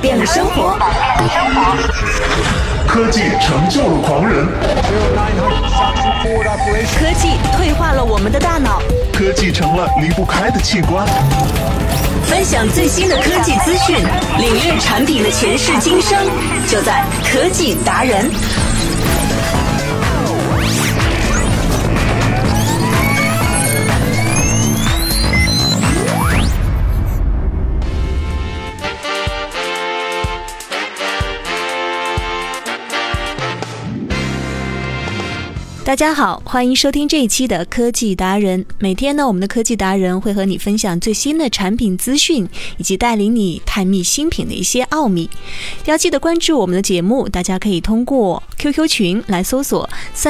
变了生活， 科技成就了狂人， 科技退化了我们的大脑， 科技成了离不开的器官。 分享最新的科技资讯，领略产品的前世今生，就在科技达人。大家好，欢迎收听这一期的科技达人。每天呢，我们的科技达人会和你分享最新的产品资讯，以及带领你探秘新品的一些奥秘。要记得关注我们的节目，大家可以通过 QQ 群来搜索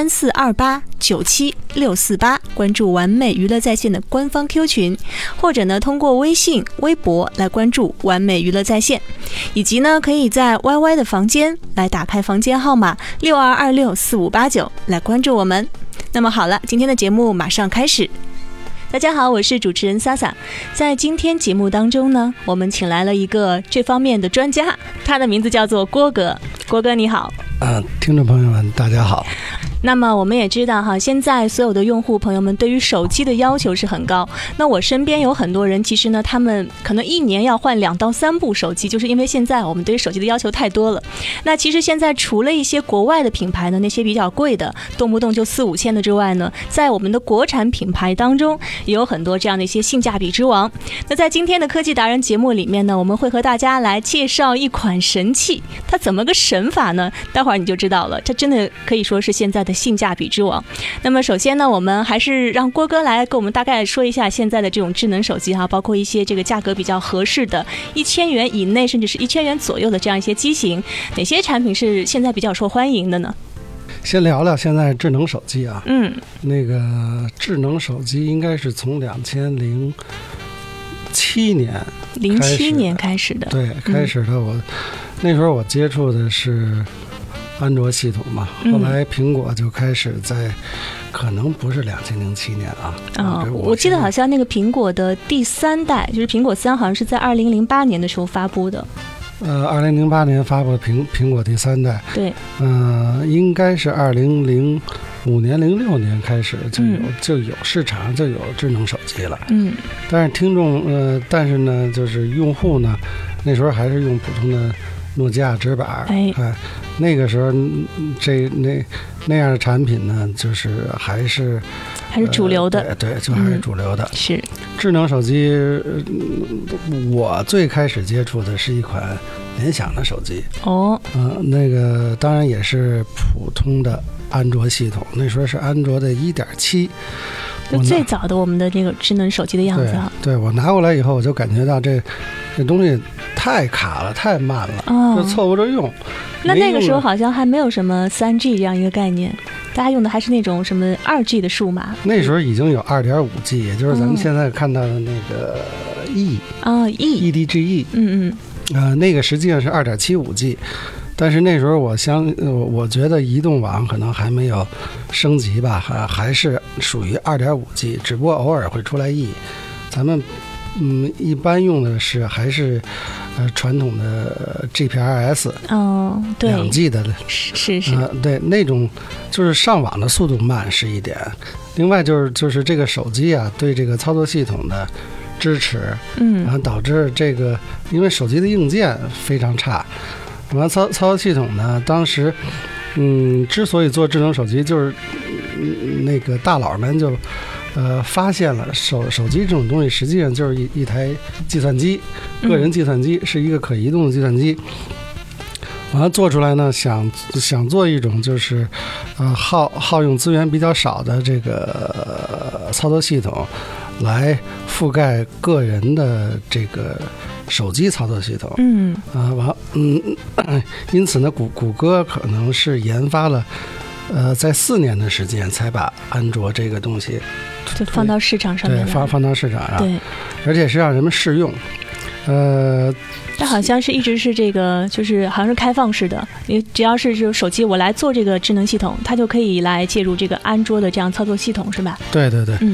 3428976648，关注完美娱乐在线的官方 Q 群，或者呢通过微信、微博来关注完美娱乐在线，以及呢可以在 YY 的房间来打开房间号码62264589来关注我们。那么好了，今天的节目马上开始。大家好，我是主持人萨萨。在今天节目当中呢，我们请来了一个这方面的专家，他的名字叫做郭哥。郭哥你好。 听众朋友们大家好。 那么我们也知道哈，现在所有的用户朋友们对于手机的要求是很高。那我身边有很多人，其实呢，他们可能一年要换2到3部手机，就是因为现在我们对于手机的要求太多了。那其实现在除了一些国外的品牌呢，那些比较贵的，动不动就4-5千的之外呢，在我们的国产品牌当中，也有很多这样的一些性价比之王。那在今天的科技达人节目里面呢，我们会和大家来介绍一款神器，它怎么个神法呢？待会儿你就知道了，它真的可以说是现在的性价比之王。那么首先呢，我们还是让郭哥来给我们大概说一下现在的这种智能手机哈，包括一些这个价格比较合适的1000元以内甚至是1000元左右的这样一些机型，哪些产品是现在比较受欢迎的呢？ 先聊聊现在智能手机啊。那个智能手机应该是从2007年开始的。对，开始的那时候我接触的是安卓系统嘛，后来苹果就开始在，可能不是2007年啊。 我记得好像那个苹果的第3代，就是苹果3，好像是在2008年的时候发布的。 2008年发布的苹果第3代。对。应该是2005年、06年开始就有市场，就有智能手机了。但是但是呢，就是用户呢，那时候还是用普通的诺基亚直板。那个时候那样的产品呢，就是还是主流的。对，就还是主流的。是智能手机，我最开始接触的是一款联想的手机。那个当然也是普通的安卓系统，那时候是安卓的1.7， 就最早的我们的这个智能手机的样子哈。 对，我拿过来以后，我就感觉到这东西太卡了，太慢了，就凑合着用。 那个时候好像还没有什么3G 这样一个概念，大家用的还是那种什么2G 的数码。 那时候已经有2.5G，也就是咱们现在看到的那个 EDGE。那个实际上是2.75G。但是那时候我觉得移动网可能还没有升级吧，还是属于2.5G， 只不过偶尔会出来 E。咱们一般用的还是传统的 GPRS。对，2G 的。是。对，那种就是上网的速度慢是一点，另外就是这个手机啊，对这个操作系统的支持，然后导致这个因为手机的硬件非常差。完操作系统呢，当时之所以做智能手机，就是那个大佬们就发现了手机这种东西实际上就是一台计算机，个人计算机，是一个可移动的计算机。完了做出来呢，想做一种就是耗用资源比较少的这个操作系统，来覆盖个人的这个手机操作系统。因此呢，谷歌可能是研发了在4年的时间才把安卓这个东西就放到市场上面， 对，放到市场上。 对， 而且是让人们试用。 但好像是一直是这个，就是好像是开放式的，你只要是就手机我来做这个智能系统，它就可以来介入这个安卓的这样操作系统，是吧？ 对对对。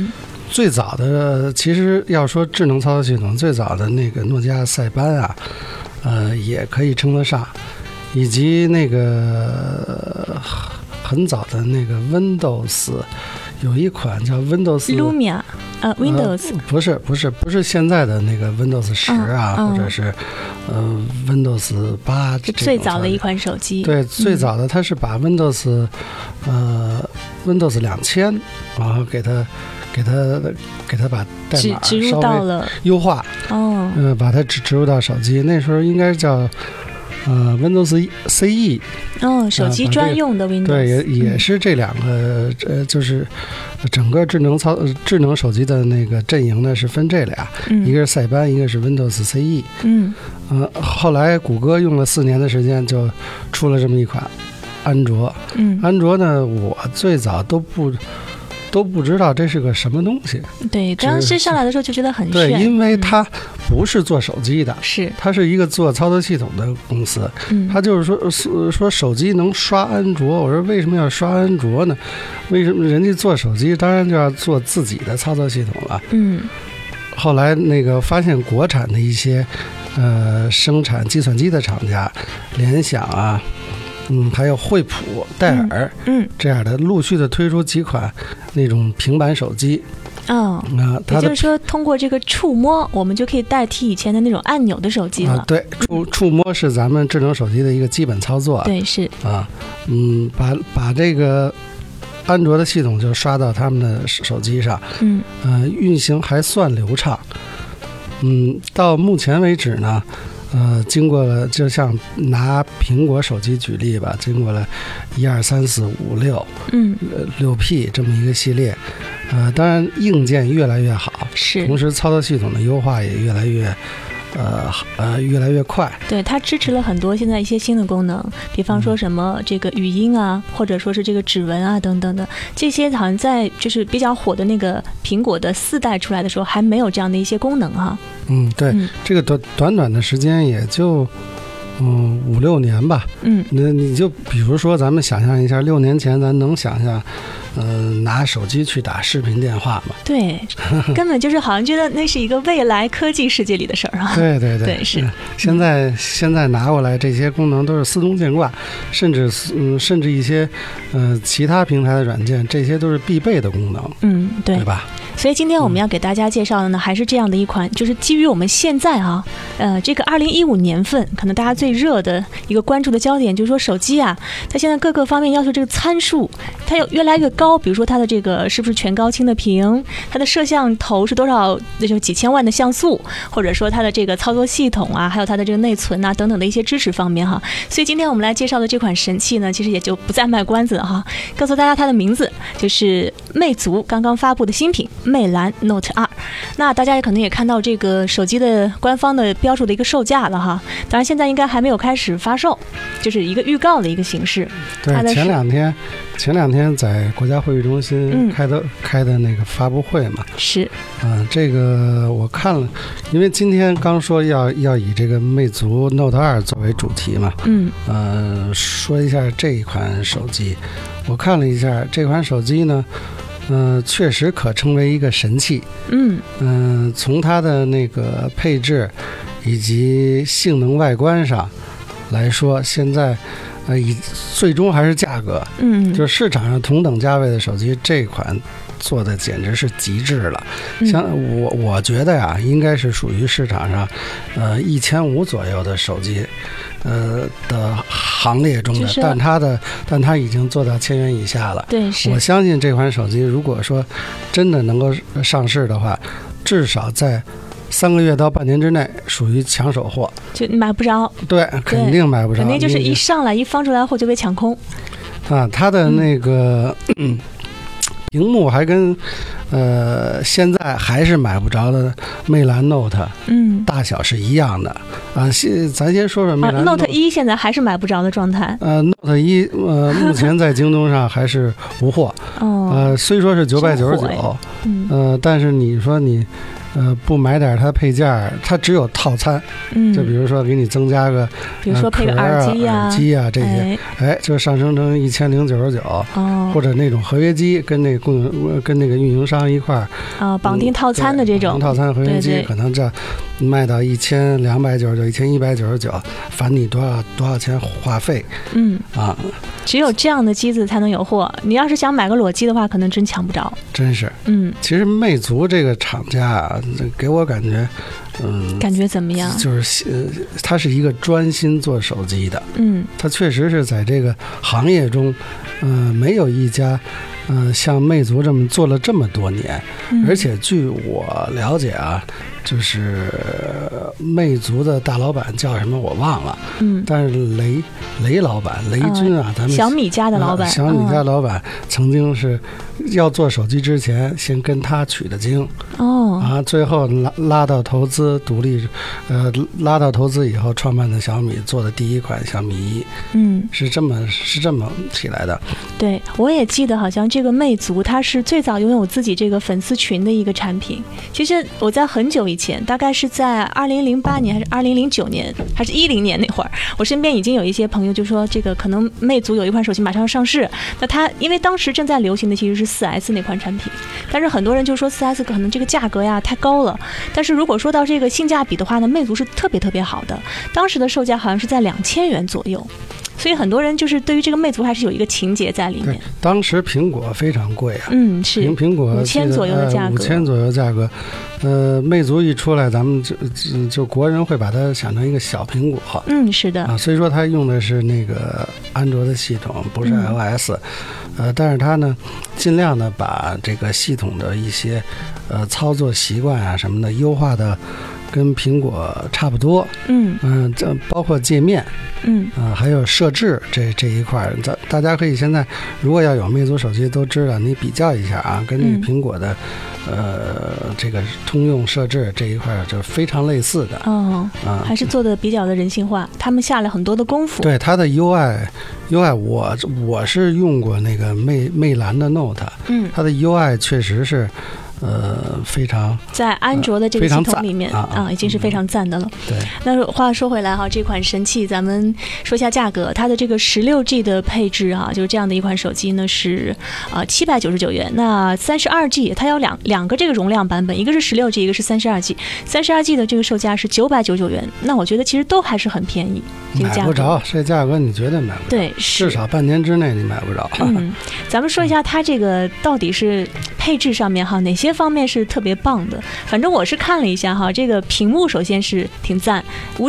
最早的其实要说智能操作系统，最早的那个诺基亚塞班啊，也可以称得上，以及那个很早的那个 Windows 有一款叫 Windows Lumia。Windows 不是现在的那个 Windows 10啊，或者是Windows 8， 是最早的一款手机。 对，最早的它是把 Windows Windows 2000，然后给它把代码植入到了优化，把它植入到手机。那时候应该叫Windows CE， 手机专用的 Windows， 对，也是这两个就是整个智能手机的那个阵营呢是分这俩，一个是塞班，一个是 Windows CE。后来谷歌用了4年的时间就出了这么一款安卓。安卓呢，我最早都不知道这是个什么东西。对， 当时上来的时候就觉得很炫。 对，因为它不是做手机的，它是一个做操作系统的公司。它就是说手机能刷安卓，我说为什么要刷安卓呢？为什么人家做手机当然就要做自己的操作系统了。后来那个发现国产的一些生产计算机的厂家，联想啊。还有惠普、戴尔，这样的陆续的推出几款那种平板手机。 也就是说，通过这个触摸，我们就可以代替以前的那种按钮的手机了。 对，触摸是咱们智能手机的一个基本操作。 对，是把这个安卓的系统就刷到他们的手机上，运行还算流畅。到目前为止呢。经过了，就像拿苹果手机举例吧，经过了1、2、3、4、5、6，6P 这么一个系列，当然硬件越来越好，同时操作系统的优化也越来越快。 对，它支持了很多现在一些新的功能，比方说什么这个语音啊，或者说是这个指纹啊等等的，这些好像在就是比较火的那个苹果的4代出来的时候还没有这样的一些功能哈。 对，这个短的时间也就5、6年吧。那你就比如说咱们想象一下，6年前咱能想象拿手机去打视频电话吗？ 对，根本就是好像觉得那是一个未来科技世界里的事儿啊。 对，是。现在拿过来这些功能都是司空见惯，甚至一些其他平台的软件，这些都是必备的功能。对吧？ 所以今天我们要给大家介绍的呢，还是这样的一款，就是基于我们现在这个2015年份，可能大家最热的一个关注的焦点，就是说手机啊，它现在各个方面要求这个参数，它有越来越高。比如说它的这个是不是全高清的屏，它的摄像头是多少，那就几千万的像素，或者说它的这个操作系统啊，还有它的这个内存啊等等的一些支持方面哈。所以今天我们来介绍的这款神器呢，其实也就不再卖关子了哈，告诉大家它的名字就是魅族刚刚发布的新品魅蓝 Note 2。那大家也可能也看到这个手机的官方的标注的一个售价了哈，当然现在应该还没有开始发售，就是一个预告的一个形式。 对，前两天在国家会议中心开的那个发布会嘛。 是。 这个我看了，因为今天刚说要以这个魅族 Note 2作为主题嘛。说一下这一款手机，我看了一下这款手机呢。确实可称为一个神器。从它的那个配置以及性能外观上来说，现在最终还是价格。就市场上同等价位的手机，这款做的简直是极致了。像我觉得呀，应该是属于市场上1500左右的手机的行列中的，但它已经做到1000元以下了。 对，是。 我相信这款手机如果说真的能够上市的话，至少在3个月到半年之内属于抢手货， 就买不着。 对，肯定买不着， 肯定就是一上来一放出来后就被抢空。 它的那个屏幕还跟现在还是买不着的魅蓝 Note 大小是一样的啊。咱先说说魅蓝 Note 1现在还是买不着的状态。 Note 1目前在京东上还是无货。虽说是999，但是你说不买点它配件，它只有套餐，就比如说给你增加个， 比如说配个耳机呀、 耳机啊这些，就上升成1099，或者那种合约机跟那个运营商一块儿绑定套餐的这种， 套餐合约机对可能这卖到1299、1199，返你多少钱话费， 只有这样的机子才能有货。你要是想买个裸机的话，可能真抢不着。 真是，其实魅族这个厂家啊，给我感觉， 感觉怎么样？ 就是它是一个专心做手机的，它确实是在这个行业中，没有一家。像魅族这么做了这么多年，而且据我了解啊，就是魅族的大老板叫什么我忘了，但是雷老板雷军啊，咱们小米家的老板， 小米家老板曾经是要做手机之前，先跟他取的经，最后拉到投资独立，拉到投资以后创办的小米做的第一款小米1，是这么起来的。对， 我也记得好像这个魅族它是最早拥有自己这个粉丝群的一个产品。其实我在很久以前，大概是在2008年还是2009年还是10年那会儿，我身边已经有一些朋友就说这个可能魅族有一款手机马上要上市，那它因为当时正在流行的其实是4S 那款产品，但是很多人就说4S 可能这个价格呀太高了，但是如果说到这个性价比的话呢，魅族是特别好的，当时的售价好像是在2000元左右。所以很多人就是对于这个魅族还是有一个情节在里面。 当时苹果非常贵啊， 是苹果 5000左右的价格 ，5000左右价格。魅族一出来，咱们就国人会把它想成一个小苹果。 是的。 所以说它用的是那个安卓的系统，不是 iOS。但是它呢，尽量的把这个系统的一些操作习惯啊什么的优化的跟苹果差不多。这包括界面。还有设置这一块，大家可以现在如果要有魅族手机都知道，你比较一下啊，跟那个苹果的这个通用设置这一块就非常类似的。 还是做的比较的人性化，他们下了很多的功夫。 对它的 UI 我是用过那个魅蓝的 Note，它的 UI 确实是。非常在安卓的这个系统里面已经是非常赞的了。 对， 那话说回来哈，这款神器咱们说一下价格，它的这个16G 的配置哈，就是这样的一款手机呢是799元。那32G 它有两个这个容量版本，一个是16G，一个是32G。32G 的这个售价是999元。那我觉得其实都还是很便宜，这个价格买不着，这价格你绝对买不着。 对， 至少半年之内你买不着。 咱们说一下它这个到底是配置上面哈哪些方面是特别棒的。反正我是看了一下哈，这个屏幕首先是挺赞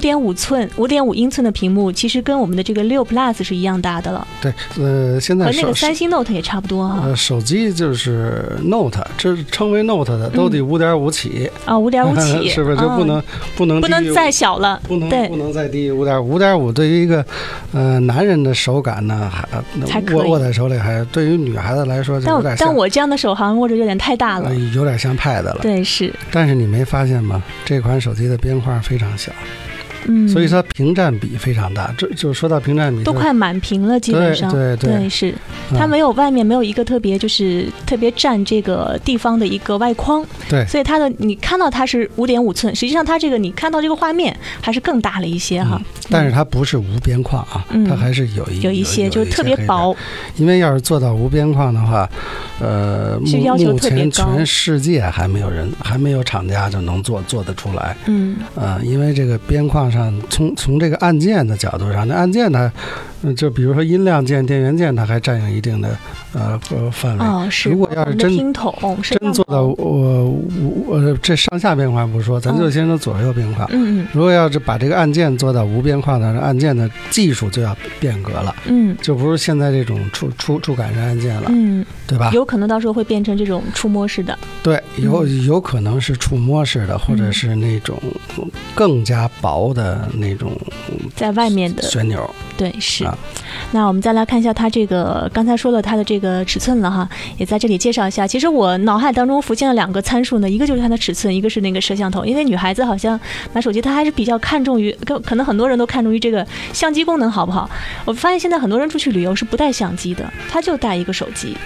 ，5.5英寸的屏幕，其实跟我们的这个6 Plus 是一样大的了。 对，现在和那个三星 Note 也差不多哈。 手机就是 Note， 这称为 Note 的都得5.5起 5.5起， 是不是？就不能再小了， 不能再低于5.5对于一个男人的手感呢，还握在手里，还对于女孩子来说就有点像。 但我这样的手好像握着有点太大了， 有点像 Pad 了。 对，是。 但是你没发现吗？这款手机的边框非常小。所以它屏占比非常大，这就说到屏占比都快满屏了，基本上对是，它没有外面没有一个特别占这个地方的一个外框， 对， 所以它的你看到它是5.5寸，实际上它这个你看到这个画面还是更大了一些哈。 但是它不是无边框啊，它还是有一些就是特别薄， 因为要是做到无边框的话，目前全世界还没有厂家就能做得出来，因为这个边框上从这个按键的角度上，那按键它就比如说音量键、电源键，它还占有一定的范围。如果要是真做到我这上下边框不说，咱就先说左右边框。如果要是把这个按键做到无边框的，按键的技术就要变革了。就不是现在这种触感式按键了。对吧？ 有可能到时候会变成这种触摸式的。 对，有可能是触摸式的，或者是那种更加薄的那种在外面的旋钮。 对，是。那我们再来看一下它这个，刚才说了它的这个尺寸了哈，也在这里介绍一下。其实我脑海当中浮现了2个参数呢，一个就是它的尺寸，一个是那个摄像头。因为女孩子好像买手机，她还是比较看重于，可能很多人都看重于这个相机功能好不好。我发现现在很多人出去旅游是不带相机的，他就带一个手机。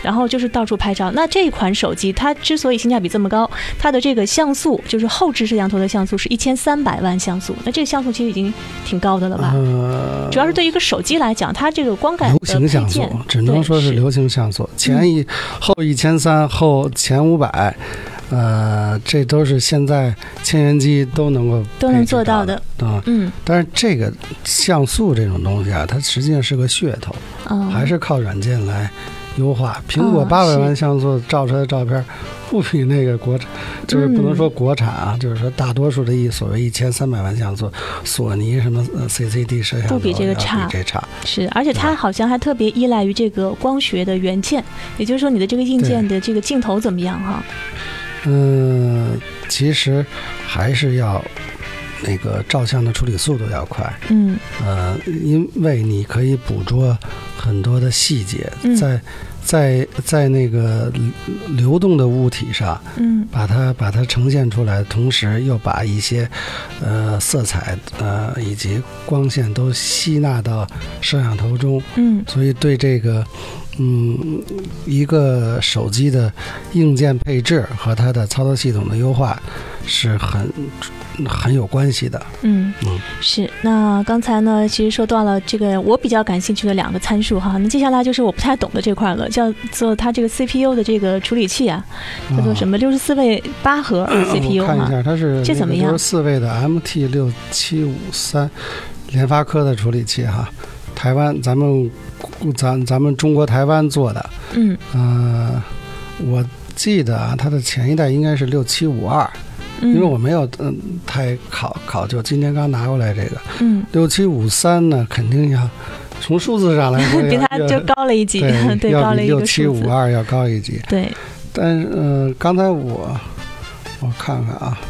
然后就是到处拍照。那这款手机它之所以性价比这么高，它的这个像素就是后置摄像头的像素是1300万像素，那这个像素其实已经挺高的了吧？主要是对于一个手机来讲，它这个光感的流行像素只能说是流行像素，后1300，后前500。这都是现在千元机都能做到的。 但是这个像素这种东西啊，它实际上是个噱头，还是靠软件来优化。苹果800万像素照出来的照片，不比那个国产，就是不能说国产啊，就是说大多数的所谓1300万像素，索尼什么CCD 摄像头不比这个差，是，而且它好像还特别依赖于这个光学的元件，也就是说你的这个硬件的这个镜头怎么样哈？ 其实还是要那个照相的处理速度要快。因为你可以捕捉很多的细节，在那个流动的物体上，把它呈现出来，同时又把一些色彩以及光线都吸纳到摄像头中。所以对这个一个手机的硬件配置和它的操作系统的优化是很有关系的。 是。那刚才呢，其实说到了这个我比较感兴趣的2个参数哈，那接下来就是我不太懂的这块了，叫做它这个 CPU 的这个处理器啊，叫做什么64位8核 CPU 哈。我看一下，它是这怎么样 ？64位的 MT6753，联发科的处理器哈，台湾咱们中国台湾做的。我记得啊，它的前一代应该是6752。因为我没有太考究，今天刚拿过来这个6753呢，肯定要从数字上来说比它就高了一级，对，高了一个数字 ，6752要高一级。 对， 但是刚才我看看啊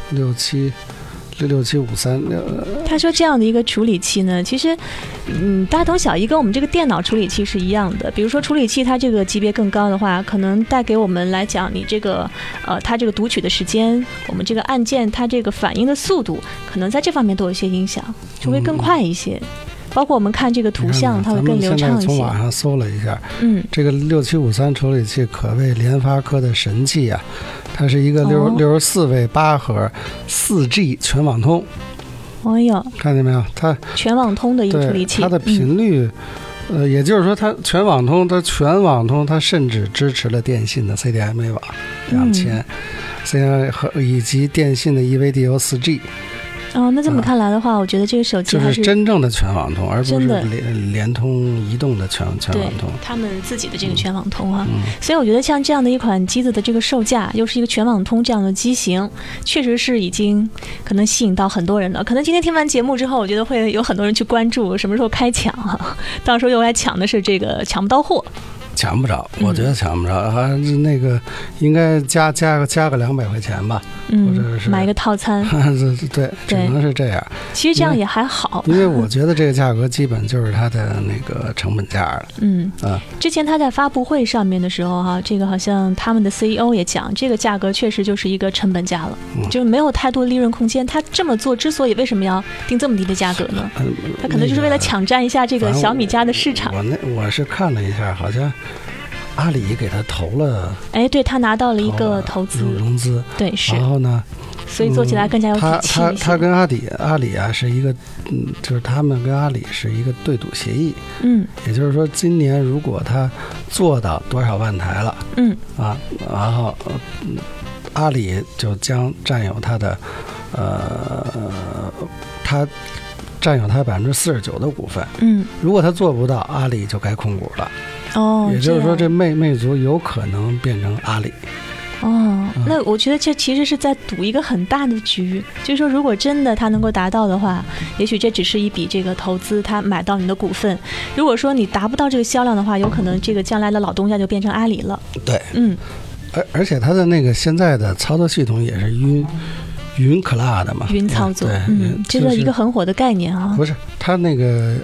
，6753， 他说这样的一个处理器呢，其实大同小异，跟我们这个电脑处理器是一样的。比如说处理器它这个级别更高的话，可能带给我们来讲，你这个它这个读取的时间，我们这个按键它这个反应的速度，可能在这方面都有一些影响，就会更快一些。包括我们看这个图像，它会更流畅一些。 从网上搜了一下，这个6753处理器可谓联发科的神器啊！它是一个64位8核4G 全网通。看见没有？它全网通的一个处理器， 它的频率，也就是说它全网通，它甚至支持了电信的 CDMA 网2000，以及电信的 EVDO 4G。 那这么看来的话，我觉得这个手机还是真正的全网通，而不是联通、移动的全网通。 他们自己的这个全网通啊，所以我觉得像这样的一款机子的这个售价，又是一个全网通这样的机型，确实是已经可能吸引到很多人了。可能今天听完节目之后，我觉得会有很多人去关注什么时候开抢啊，到时候又来抢的是这个抢不到货。 抢不着，我觉得抢不着，那个应该加个200块钱吧，或者是买一个套餐。 对，只能是这样。 其实这样也还好， 因为我觉得这个价格基本就是它的那个成本价了。 之前他在发布会上面的时候哈，这个好像他们的 CEO 也讲，这个价格确实就是一个成本价了，就是没有太多的利润空间。他这么做之所以为什么要定这么低的价格呢？他可能就是为了抢占一下这个小米家的市场。 我是看了一下，好像阿里给他投了， 对，他拿到了一个投资融资， 对，是。 然后呢， 所以做起来更加有底气一些。 他跟阿里啊是一个，就是他们跟阿里是一个对赌协议。也就是说，今年如果他做到多少万台了，然后阿里就将占有他的，他占有他49%的股份。如果他做不到，阿里就该控股了。也就是说，这魅族有可能变成阿里。 那我觉得这其实是在赌一个很大的局，就是说，如果真的他能够达到的话，也许这只是一笔这个投资，他买到你的股份。如果说你达不到这个销量的话，有可能这个将来的老东家就变成阿里了。 对，而且他的那个现在的操作系统也是云 cloud 嘛， 云操作，这个一个很火的概念啊。 不是，他那个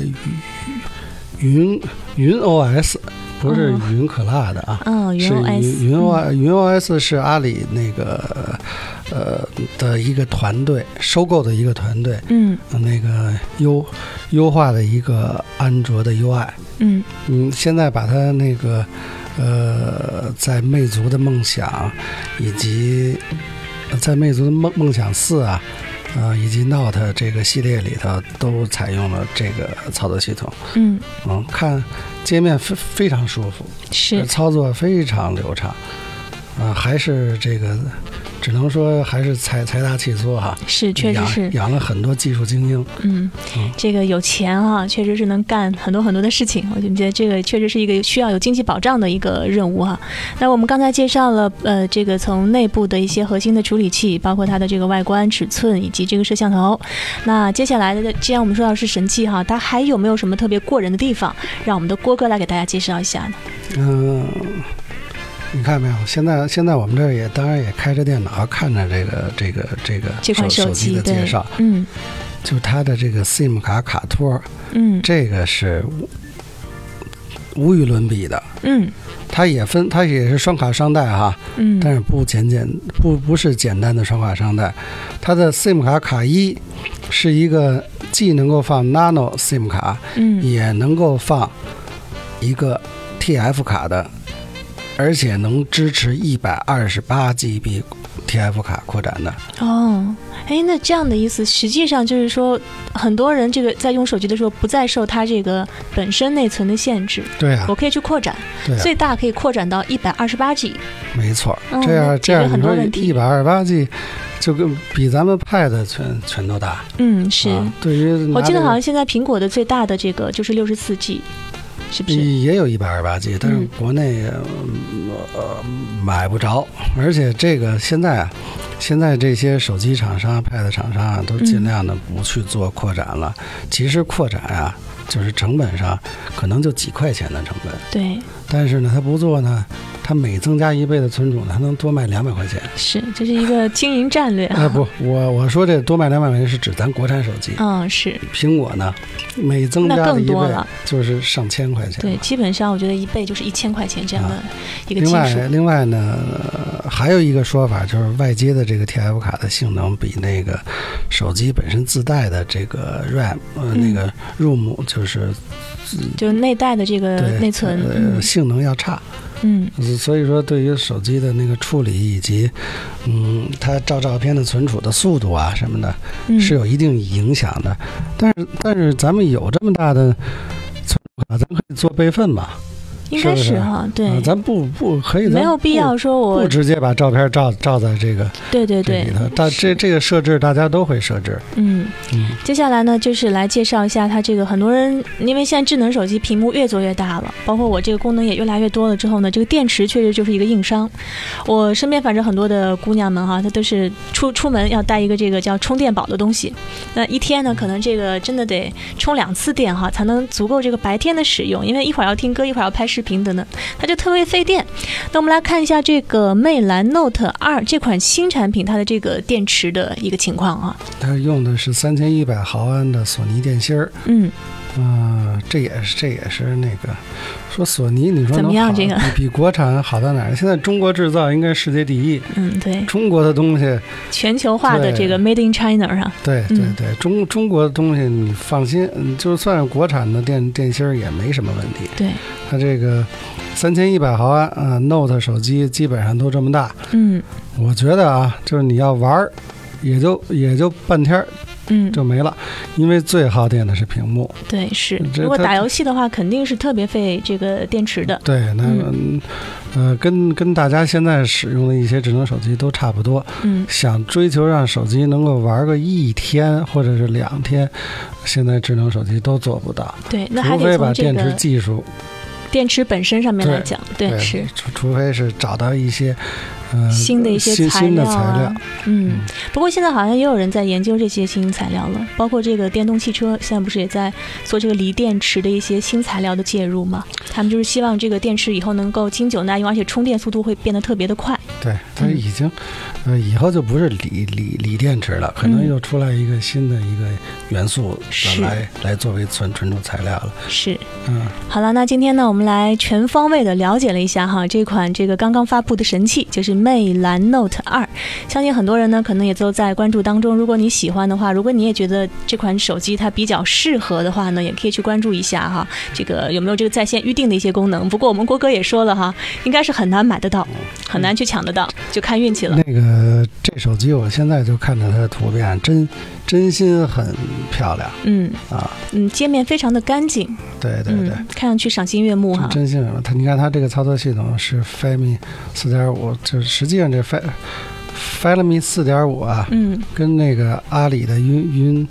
云 OS 不是云 cloud 啊， 云 OS， 云 OS 是阿里那个的一个团队，收购的一个团队，那个优化的一个安卓的 UI，现在把它那个在魅族的梦想以及在魅族的梦想4啊。以及 Note 这个系列里头都采用了这个操作系统，看界面非常舒服， 是操作非常流畅，还是这个只能说还是财大气粗哈， 是确实是养了很多技术精英， 这个有钱啊，确实是能干很多很多的事情。我觉得这个确实是一个需要有经济保障的一个任务哈。那我们刚才介绍了这个从内部的一些核心的处理器，包括它的这个外观尺寸以及这个摄像头。那接下来的，既然我们说到是神器哈，它还有没有什么特别过人的地方，让我们的郭哥来给大家介绍一下呢？ 你看没有？现在我们这儿也当然也开着电脑看着这款手机的介绍，就它的这个 SIM 卡卡托，这个是无与伦比的，它也是双卡双待哈，但是不是简单的双卡双待，它的 SIM 卡卡一是一个既能够放 Nano SIM 卡，也能够放一个 TF 卡的。而且能支持128GB TF 卡扩展的。 那这样的意思，实际上就是说，很多人这个在用手机的时候，不再受它这个本身内存的限制。 对啊， 我可以去扩展，最大可以扩展到128G。 没错，这样很多问题。 128G 就跟比咱们 Pad 全都大。 是。 对于我记得好像现在苹果的最大的这个就是64G。是不是也有128G，但是国内买不着，而且这个现在这些手机厂商、Pad 厂商啊，都尽量的不去做扩展了。其实扩展啊，就是成本上可能就几块钱的成本。 对。 但是呢，他不做呢，他每增加1倍的存储呢，他能多卖200块钱。 是，这是一个经营战略。 不，我说这多卖200块钱是指咱国产手机。 是。 苹果呢，每增加的1倍就是上千块钱。 对，基本上我觉得1倍就是1000块钱这样的一个基数。 另外呢，还有一个说法就是外接的这个 TF 卡的性能比那个手机本身自带的这个 RAM 那个 ROM 就是内带的这个内存性能要差。所以说对于手机的那个处理以及它照片的存储的速度啊什么的，是有一定影响的。但是咱们有这么大的存储卡，咱可以做备份吧？ 应该是哈，对， 咱不可以， 没有必要说我不直接把照片照在这个对里头。这个设置大家都会设置。 接下来呢，就是来介绍一下它这个很多人，因为现在智能手机屏幕越做越大了，包括我这个功能也越来越多了之后呢，这个电池确实就是一个硬伤。我身边反正很多的姑娘们哈，她都是出门要带一个这个叫充电宝的东西。那一天呢，可能这个真的得充2次电哈，才能足够这个白天的使用，因为一会儿要听歌，一会儿要拍视频等等，它就特别费电。那我们来看一下这个魅蓝 Note 2这款新产品它的这个电池的一个情况啊。 它用的是3100毫安的索尼电芯儿。这也是那个说索尼，你说怎么样？这个比国产好到哪儿？现在中国制造应该世界第一。 对， 中国的东西， 全球化的这个 Made in China 上。 对，中国的东西你放心，就算是国产的电芯也没什么问题。 对， 它这个3100毫安Note 手机基本上都这么大。我觉得啊，就是你要玩也就半天就没了，因为最耗电的是屏幕。 对，是。如果打游戏的话，肯定是特别费这个电池的。 对，那跟大家现在使用的一些智能手机都差不多。想追求让手机能够玩个1天或者是2天，现在智能手机都做不到。 对，那还得从除非把电池技术。 电池本身上面来讲，对是， 除非是找到一些新的一些新的材料。 不过现在好像也有人在研究这些新材料了，包括这个电动汽车现在不是也在做这个锂电池的一些新材料的介入吗？他们就是希望这个电池以后能够经久耐用，而且充电速度会变得特别的快。 对，它已经，以后就不是锂电池了，可能又出来一个新的一个元素来作为存储材料了。 是，好了，那今天呢，我们来全方位的了解了一下哈，这款这个刚刚发布的神器就是魅蓝 Note 2，相信很多人呢可能也都在关注当中。如果你喜欢的话，如果你也觉得这款手机它比较适合的话呢，也可以去关注一下哈，这个有没有这个在线预定的一些功能。不过我们郭哥也说了哈，应该是很难买得到，很难去抢得到，就看运气了。 那个这手机我现在就看着它的图片，真心很漂亮。界面非常的干净。对， 看上去赏心悦目哈。 真心它，你看它这个操作系统是 Flyme 4.5，就是实际上这 Flyme 4.5啊，跟那个阿里的云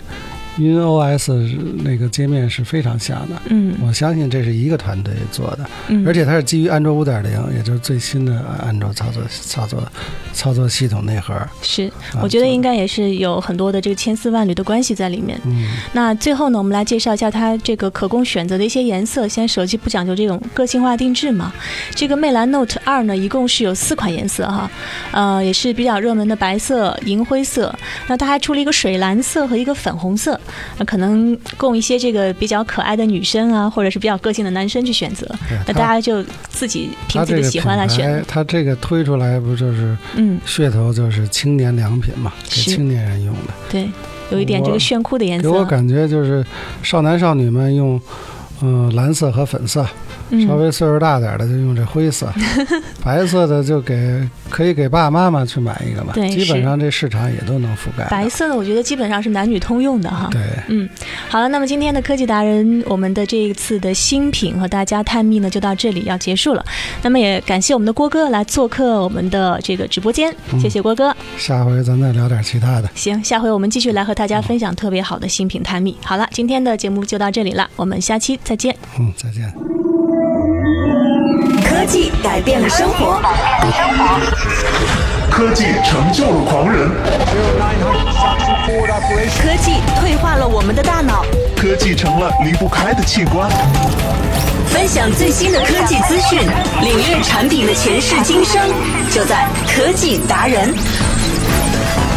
OS 那个界面是非常像的。我相信这是一个团队做的，而且它是基于安卓 5.0， 也就是最新的安卓操作系统内核。是， 我觉得应该也是有很多的这个千丝万缕的关系在里面。那最后呢，我们来介绍一下它这个可供选择的一些颜色。现在手机不讲究这种个性化定制嘛，这个魅蓝 Note 2呢，一共是有4款颜色哈，也是比较热门的白色、银灰色。那它还出了一个水蓝色和一个粉红色。可能供一些这个比较可爱的女生啊，或者是比较个性的男生去选择。那大家就自己凭自己的喜欢来选。 它这个推出来不就是噱头就是青年良品嘛，给青年人用的。 对，有一点这个炫酷的颜色。 给我感觉就是少男少女们用蓝色和粉色，稍微岁数大点的就用这灰色，白色的就可以给爸爸妈妈去买一个嘛。基本上这市场也都能覆盖。 白色的我觉得基本上是男女通用的哈。 对， 好了，那么今天的科技达人，我们的这一次的新品和大家探秘呢，就到这里要结束了。那么也感谢我们的郭哥来做客我们的这个直播间，谢谢郭哥。 下回咱再聊点其他的。 行，下回我们继续来和大家分享特别好的新品探秘。好了，今天的节目就到这里了，我们下期再见。 再见。 科技改变了生活， 科技成就了狂人， 科技退化了我们的大脑， 科技成了离不开的器官。 分享最新的科技资讯，领略产品的前世今生，就在科技达人。